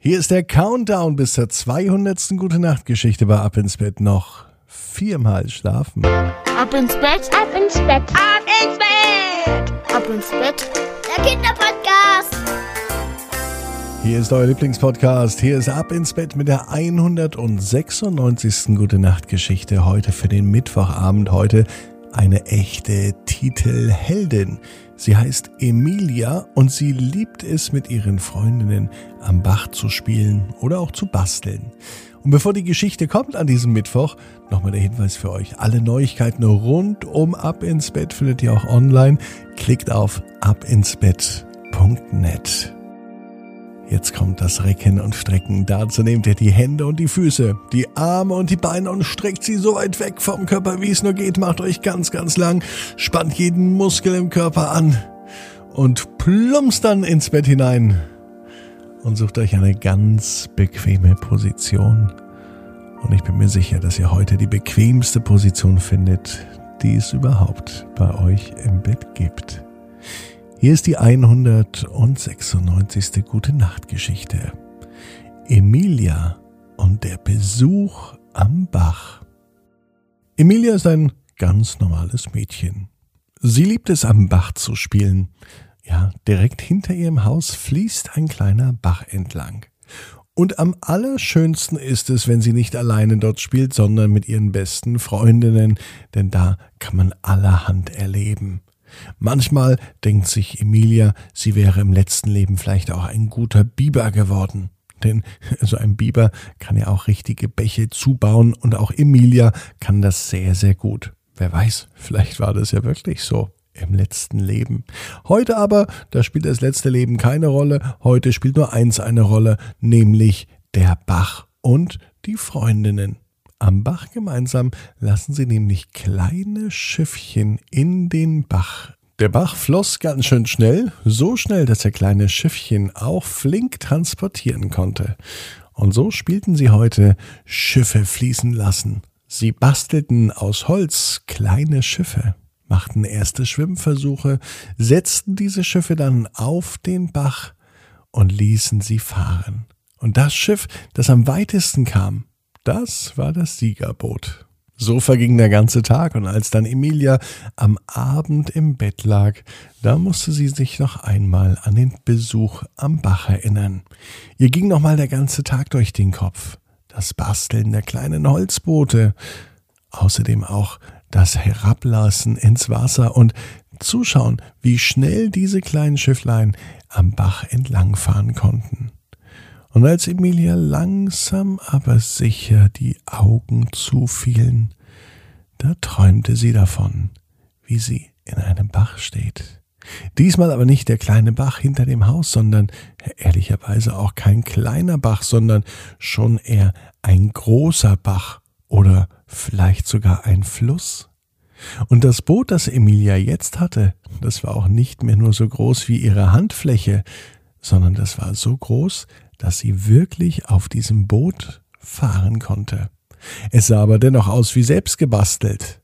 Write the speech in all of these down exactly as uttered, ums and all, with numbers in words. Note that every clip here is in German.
Hier ist der Countdown bis zur zweihundertsten Gute-Nacht-Geschichte bei Ab ins Bett. Noch viermal schlafen. Ab ins Bett, ab ins Bett, ab ins Bett, ab ins Bett, der Kinderpodcast. Hier ist euer Lieblingspodcast. Hier ist Ab ins Bett mit der hundertsechsundneunzigsten Gute-Nacht-Geschichte. Heute für den Mittwochabend. Heute eine echte Titelheldin. Sie heißt Emilia und sie liebt es, mit ihren Freundinnen am Bach zu spielen oder auch zu basteln. Und bevor die Geschichte kommt an diesem Mittwoch, nochmal der Hinweis für euch. Alle Neuigkeiten rund um Ab ins Bett findet ihr auch online. Klickt auf abinsbett punkt net. Jetzt kommt das Recken und Strecken. Dazu nehmt ihr die Hände und die Füße, die Arme und die Beine und streckt sie so weit weg vom Körper, wie es nur geht. Macht euch ganz, ganz lang, spannt jeden Muskel im Körper an und plumpst dann ins Bett hinein und sucht euch eine ganz bequeme Position. Und ich bin mir sicher, dass ihr heute die bequemste Position findet, die es überhaupt bei euch im Bett gibt. Hier ist die hundertsechsundneunzigste Gute-Nacht-Geschichte. Emilia und der Besuch am Bach. Emilia ist ein ganz normales Mädchen. Sie liebt es, am Bach zu spielen. Ja, direkt hinter ihrem Haus fließt ein kleiner Bach entlang. Und am allerschönsten ist es, wenn sie nicht alleine dort spielt, sondern mit ihren besten Freundinnen, denn da kann man allerhand erleben. Manchmal denkt sich Emilia, sie wäre im letzten Leben vielleicht auch ein guter Biber geworden. Denn so ein Biber kann ja auch richtige Bäche zubauen und auch Emilia kann das sehr, sehr gut. Wer weiß, vielleicht war das ja wirklich so im letzten Leben. Heute aber, da spielt das letzte Leben keine Rolle. Heute spielt nur eins eine Rolle, nämlich der Bach und die Freundinnen. Am Bach gemeinsam lassen sie nämlich kleine Schiffchen in den Bach. Der Bach floss ganz schön schnell, so schnell, dass er kleine Schiffchen auch flink transportieren konnte. Und so spielten sie heute Schiffe fließen lassen. Sie bastelten aus Holz kleine Schiffe, machten erste Schwimmversuche, setzten diese Schiffe dann auf den Bach und ließen sie fahren. Und das Schiff, das am weitesten kam, das war das Siegerboot. So verging der ganze Tag und als dann Emilia am Abend im Bett lag, da musste sie sich noch einmal an den Besuch am Bach erinnern. Ihr ging noch mal der ganze Tag durch den Kopf. Das Basteln der kleinen Holzboote, außerdem auch das Herablassen ins Wasser und zuschauen, wie schnell diese kleinen Schifflein am Bach entlangfahren konnten. Und als Emilia langsam aber sicher die Augen zufielen, da träumte sie davon, wie sie in einem Bach steht. Diesmal aber nicht der kleine Bach hinter dem Haus, sondern ehrlicherweise auch kein kleiner Bach, sondern schon eher ein großer Bach oder vielleicht sogar ein Fluss. Und das Boot, das Emilia jetzt hatte, das war auch nicht mehr nur so groß wie ihre Handfläche, sondern das war so groß, dass sie wirklich auf diesem Boot fahren konnte. Es sah aber dennoch aus wie selbst gebastelt.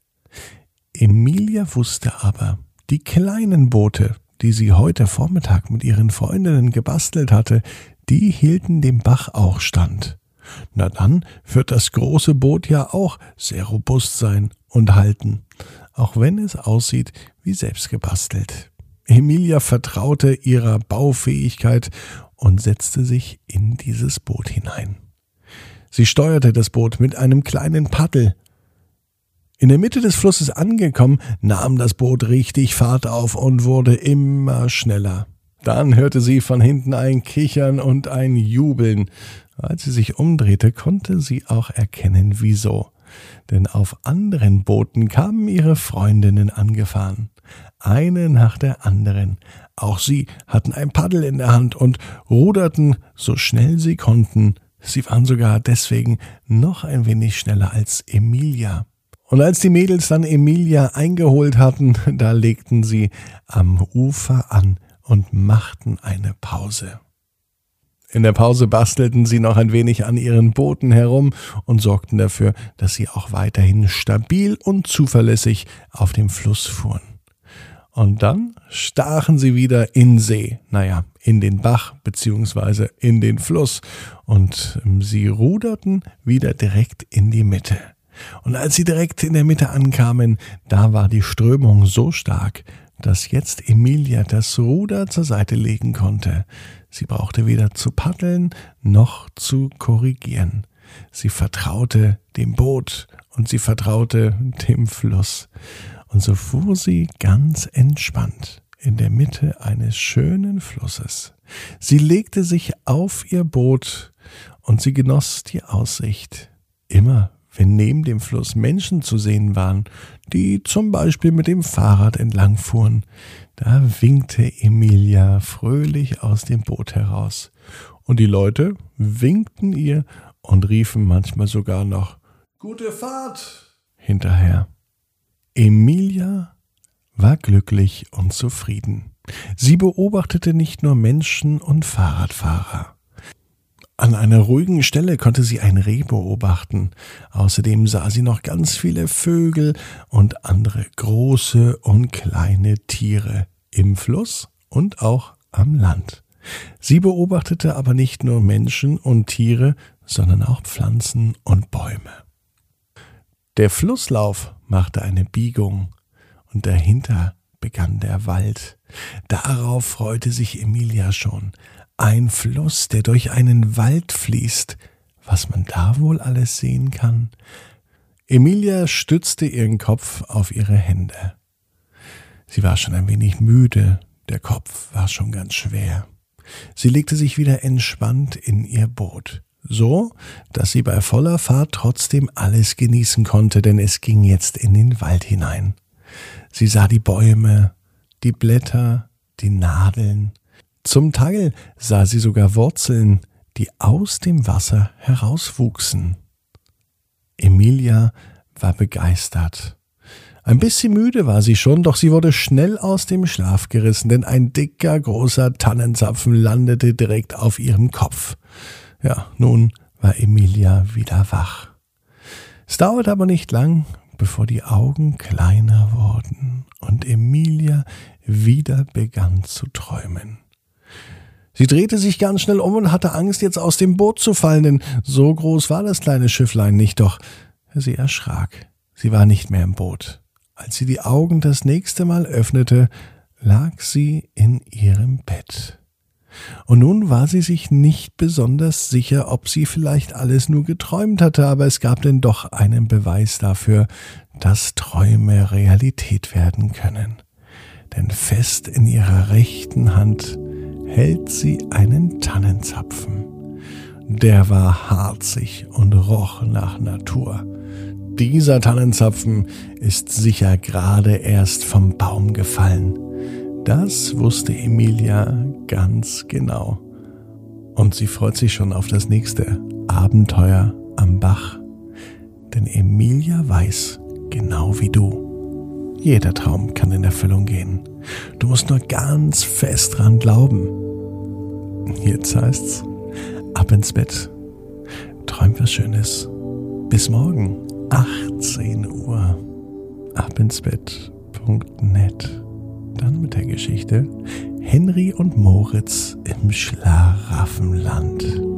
Emilia wusste aber, die kleinen Boote, die sie heute Vormittag mit ihren Freundinnen gebastelt hatte, die hielten dem Bach auch stand. Na dann wird das große Boot ja auch sehr robust sein und halten, auch wenn es aussieht wie selbst gebastelt. Emilia vertraute ihrer Baufähigkeit und setzte sich in dieses Boot hinein. Sie steuerte das Boot mit einem kleinen Paddel. In der Mitte des Flusses angekommen, nahm das Boot richtig Fahrt auf und wurde immer schneller. Dann hörte sie von hinten ein Kichern und ein Jubeln. Als sie sich umdrehte, konnte sie auch erkennen, wieso. Denn auf anderen Booten kamen ihre Freundinnen angefahren. Eine nach der anderen. Auch sie hatten ein Paddel in der Hand und ruderten so schnell sie konnten. Sie waren sogar deswegen noch ein wenig schneller als Emilia. Und als die Mädels dann Emilia eingeholt hatten, da legten sie am Ufer an und machten eine Pause. In der Pause bastelten sie noch ein wenig an ihren Booten herum und sorgten dafür, dass sie auch weiterhin stabil und zuverlässig auf dem Fluss fuhren. Und dann stachen sie wieder in See. Naja, in den Bach bzw. in den Fluss und sie ruderten wieder direkt in die Mitte. Und als sie direkt in der Mitte ankamen, da war die Strömung so stark, dass jetzt Emilia das Ruder zur Seite legen konnte. Sie brauchte weder zu paddeln noch zu korrigieren. Sie vertraute dem Boot und sie vertraute dem Fluss. Und so fuhr sie ganz entspannt in der Mitte eines schönen Flusses. Sie legte sich auf ihr Boot und sie genoss die Aussicht. Immer wenn neben dem Fluss Menschen zu sehen waren, die zum Beispiel mit dem Fahrrad entlang fuhren, da winkte Emilia fröhlich aus dem Boot heraus. Und die Leute winkten ihr und riefen manchmal sogar noch »Gute Fahrt« hinterher. Emilia war glücklich und zufrieden. Sie beobachtete nicht nur Menschen und Fahrradfahrer. An einer ruhigen Stelle konnte sie ein Reh beobachten. Außerdem sah sie noch ganz viele Vögel und andere große und kleine Tiere im Fluss und auch am Land. Sie beobachtete aber nicht nur Menschen und Tiere, sondern auch Pflanzen und Bäume. Der Flusslauf machte eine Biegung und dahinter begann der Wald. Darauf freute sich Emilia schon. Ein Fluss, der durch einen Wald fließt. Was man da wohl alles sehen kann? Emilia stützte ihren Kopf auf ihre Hände. Sie war schon ein wenig müde, der Kopf war schon ganz schwer. Sie legte sich wieder entspannt in ihr Boot, so, dass sie bei voller Fahrt trotzdem alles genießen konnte, denn es ging jetzt in den Wald hinein. Sie sah die Bäume, die Blätter, die Nadeln. Zum Teil sah sie sogar Wurzeln, die aus dem Wasser herauswuchsen. Emilia war begeistert. Ein bisschen müde war sie schon, doch sie wurde schnell aus dem Schlaf gerissen, denn ein dicker, großer Tannenzapfen landete direkt auf ihrem Kopf. Ja, nun war Emilia wieder wach. Es dauerte aber nicht lang, bevor die Augen kleiner wurden und Emilia wieder begann zu träumen. Sie drehte sich ganz schnell um und hatte Angst, jetzt aus dem Boot zu fallen, denn so groß war das kleine Schifflein nicht, doch sie erschrak. Sie war nicht mehr im Boot. Als sie die Augen das nächste Mal öffnete, lag sie in ihrem Bett. Und nun war sie sich nicht besonders sicher, ob sie vielleicht alles nur geträumt hatte, aber es gab denn doch einen Beweis dafür, dass Träume Realität werden können. Denn fest in ihrer rechten Hand hält sie einen Tannenzapfen. Der war harzig und roch nach Natur. Dieser Tannenzapfen ist sicher gerade erst vom Baum gefallen. Das wusste Emilia ganz genau. Und sie freut sich schon auf das nächste Abenteuer am Bach. Denn Emilia weiß, genau wie du, jeder Traum kann in Erfüllung gehen. Du musst nur ganz fest dran glauben. Jetzt heißt's, ab ins Bett. Träum was Schönes. Bis morgen, achtzehn Uhr. abinsbett punkt net. Dann mit der Geschichte Henry und Moritz im Schlaraffenland.